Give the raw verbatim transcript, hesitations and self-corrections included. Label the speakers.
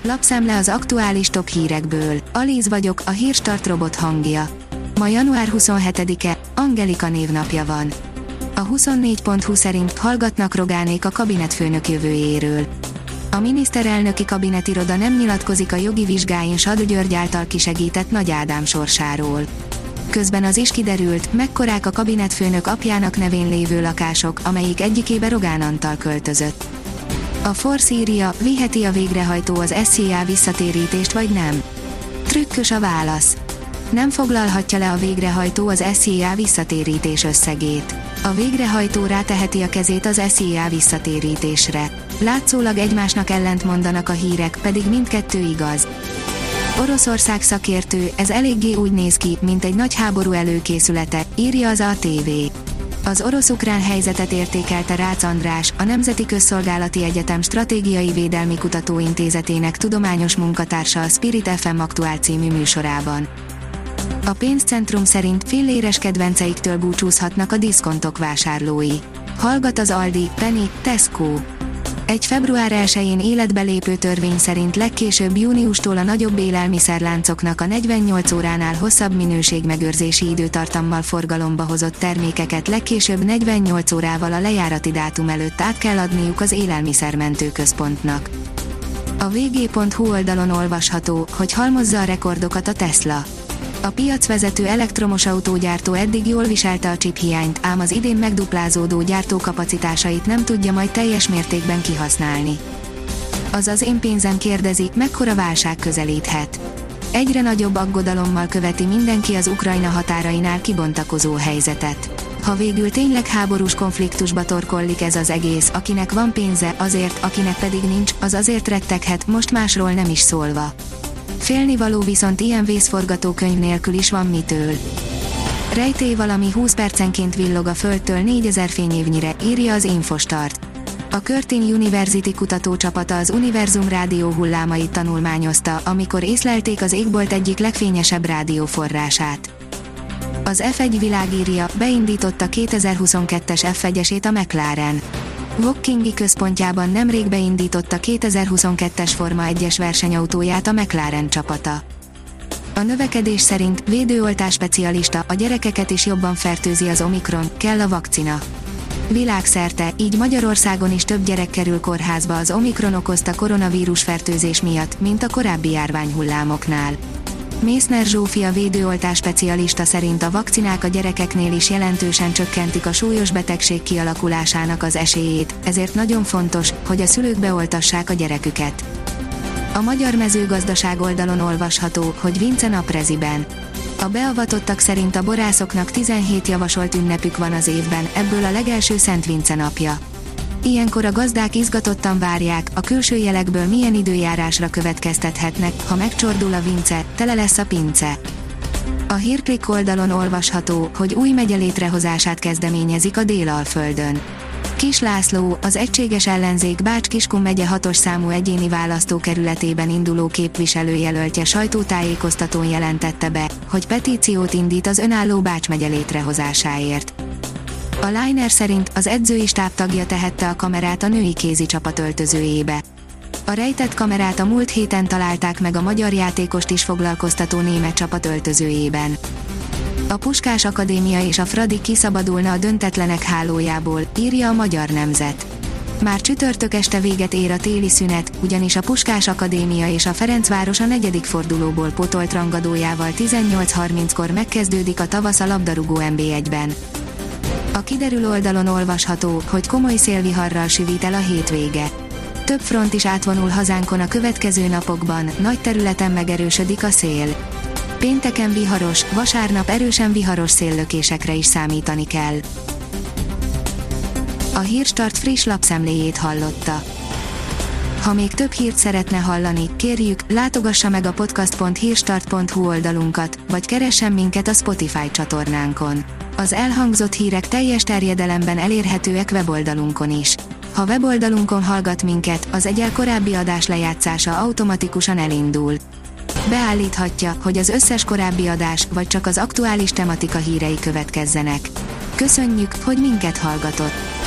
Speaker 1: Lapszemle az aktuális top hírekből. Alíz vagyok, a Hírstart robot hangja. Ma január huszonhetedike, Angelika névnapja van. A huszonnégy pont hu szerint hallgatnak Rogánék a kabinetfőnök jövőjéről. A miniszterelnöki kabinetiroda nem nyilatkozik a jogi vizsgáin Sad György által kisegített Nagy Ádám sorsáról. Közben az is kiderült, mekkorák a kabinetfőnök apjának nevén lévő lakások, amelyik egyikébe Rogán Antal költözött. A Force írja, viheti a végrehajtó az es zé á visszatérítést vagy nem? Trükkös a válasz. Nem foglalhatja le a végrehajtó az es zé á visszatérítés összegét. A végrehajtó ráteheti a kezét az es zé á visszatérítésre. Látszólag egymásnak ellent mondanak a hírek, pedig mindkettő igaz. Oroszország szakértő, ez eléggé úgy néz ki, mint egy nagy háború előkészülete, írja az á té vé. Az orosz-ukrán helyzetet értékelte Rácz András, a Nemzeti Közszolgálati Egyetem Stratégiai Védelmi Kutatóintézetének tudományos munkatársa a Spirit ef em Aktuál című műsorában. A pénzcentrum szerint filléres kedvenceiktől búcsúzhatnak a diszkontok vásárlói. Hallgat az Aldi, Penny, Tesco. Egy február elsején életbe lépő törvény szerint legkésőbb júniustól a nagyobb élelmiszerláncoknak a negyvennyolc óránál hosszabb minőségmegőrzési időtartammal forgalomba hozott termékeket legkésőbb negyvennyolc órával a lejárati dátum előtt át kell adniuk az élelmiszermentő központnak. A vg pont hu oldalon olvasható, hogy halmozza a rekordokat a Tesla. A piacvezető elektromos autógyártó eddig jól viselte a chiphiányt, ám az idén megduplázódó gyártókapacitásait nem tudja majd teljes mértékben kihasználni. Azaz én pénzem kérdezi, mekkora válság közelíthet. Egyre nagyobb aggodalommal követi mindenki az Ukrajna határainál kibontakozó helyzetet. Ha végül tényleg háborús konfliktusba torkollik ez az egész, akinek van pénze, azért, akinek pedig nincs, az azért retteghet, most másról nem is szólva. Félnivaló viszont ilyen vészforgatókönyv nélkül is van mitől. Rejtély valami húsz percenként villog a Földtől négyezer fényévnyire, írja az Infostart. A Curtin University kutatócsapata az univerzum rádióhullámait tanulmányozta, amikor észlelték az égbolt egyik legfényesebb rádióforrását. Az ef egy világírja, beindította kétezer-huszonkettes ef egyesét a McLaren. Wokingi központjában nemrég beindította kétezer-huszonkettes Forma egyes versenyautóját a McLaren csapata. A növekedés szerint védőoltás specialista, a gyerekeket is jobban fertőzi az Omikron, kell a vakcina. Világszerte, így Magyarországon is több gyerek kerül kórházba az Omikron okozta koronavírus fertőzés miatt, mint a korábbi járványhullámoknál. Mészner Zsófia védőoltás specialista szerint a vakcinák a gyerekeknél is jelentősen csökkentik a súlyos betegség kialakulásának az esélyét, ezért nagyon fontos, hogy a szülők beoltassák a gyereküket. A Magyar Mezőgazdaság oldalon olvasható, hogy Vince napreziben. A beavatottak szerint a borászoknak tizenhét javasolt ünnepük van az évben, ebből a legelső Szent Vince napja. Ilyenkor a gazdák izgatottan várják, a külső jelekből milyen időjárásra következtethetnek, ha megcsordul a Vince, tele lesz a pince. A Hírklik oldalon olvasható, hogy új megye létrehozását kezdeményezik a Dél-Alföldön. Kis László, az Egységes Ellenzék Bács-Kiskun megye hatos számú egyéni választókerületében induló képviselőjelöltje sajtótájékoztatón jelentette be, hogy petíciót indít az önálló Bács megye létrehozásáért. A Liner szerint az edzői stáb tagja tehette a kamerát a női kézi csapat öltözőjébe. A rejtett kamerát a múlt héten találták meg a magyar játékost is foglalkoztató német csapat öltözőjében. A Puskás Akadémia és a Fradi kiszabadulna a döntetlenek hálójából, írja a Magyar Nemzet. Már csütörtök este véget ér a téli szünet, ugyanis a Puskás Akadémia és a Ferencváros a negyedik fordulóból pótolt rangadójával tizennyolc harminckor megkezdődik a tavasz a labdarúgó en bé egyben. A kiderül oldalon olvasható, hogy komoly szélviharral süvít el a hétvége. Több front is átvonul hazánkon a következő napokban, nagy területen megerősödik a szél. Pénteken viharos, vasárnap erősen viharos széllökésekre is számítani kell. A Hírstart friss lapszemléjét hallotta. Ha még több hírt szeretne hallani, kérjük, látogassa meg a podcast pont hírstart pont hu oldalunkat, vagy keressen minket a Spotify csatornánkon. Az elhangzott hírek teljes terjedelemben elérhetőek weboldalunkon is. Ha weboldalunkon hallgat minket, az egyel korábbi adás lejátszása automatikusan elindul. Beállíthatja, hogy az összes korábbi adás, vagy csak az aktuális tematika hírei következzenek. Köszönjük, hogy minket hallgatott!